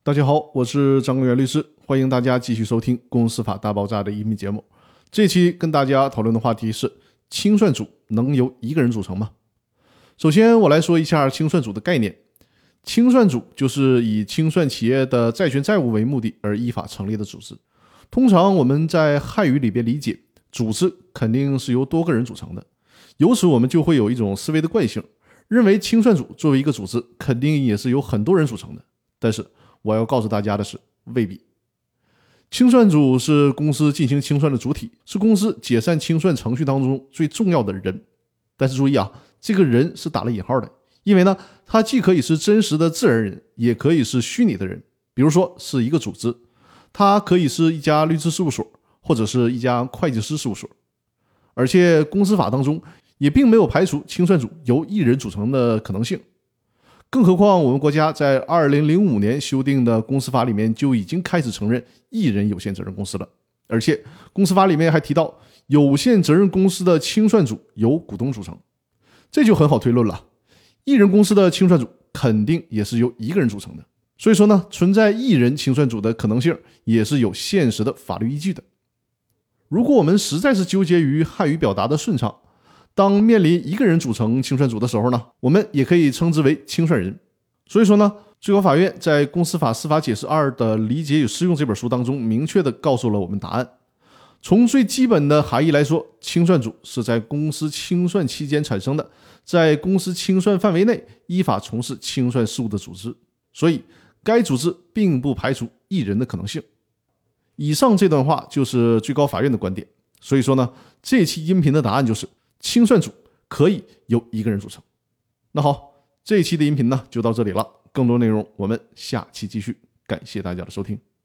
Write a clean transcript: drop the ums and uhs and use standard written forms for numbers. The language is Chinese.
大家好，我是张根源律师，欢迎大家继续收听《公司法大爆炸》的音频节目。这期跟大家讨论的话题是：清算组能由一个人组成吗？首先，我来说一下清算组的概念。清算组就是以清算企业的债权债务为目的而依法成立的组织。通常我们在汉语里边理解，组织肯定是由多个人组成的，由此我们就会有一种思维的惯性，认为清算组作为一个组织，肯定也是由很多人组成的。但是我要告诉大家的是，未必。清算组是公司进行清算的主体，是公司解散清算程序当中最重要的人。但是注意啊，这个人是打了引号的，因为呢，他既可以是真实的自然人，也可以是虚拟的人。比如说是一个组织，它可以是一家律师事务所，或者是一家会计师事务所。而且公司法当中也并没有排除清算组由一人组成的可能性。更何况我们国家在2005年修订的公司法里面就已经开始承认一人有限责任公司了，而且公司法里面还提到有限责任公司的清算组由股东组成，这就很好推论了，一人公司的清算组肯定也是由一个人组成的。所以说呢，存在一人清算组的可能性也是有现实的法律依据的。如果我们实在是纠结于汉语表达的顺畅，当面临一个人组成清算组的时候呢，我们也可以称之为清算人。所以说呢，最高法院在《公司法司法解释2的理解与适用》这本书当中明确地告诉了我们答案。从最基本的含义来说，清算组是在公司清算期间产生的，在公司清算范围内依法从事清算事务的组织，所以该组织并不排除一人的可能性。以上这段话就是最高法院的观点。所以说呢，这期音频的答案就是清算组可以由一个人组成。那好，这一期的音频呢就到这里了，更多内容我们下期继续，感谢大家的收听。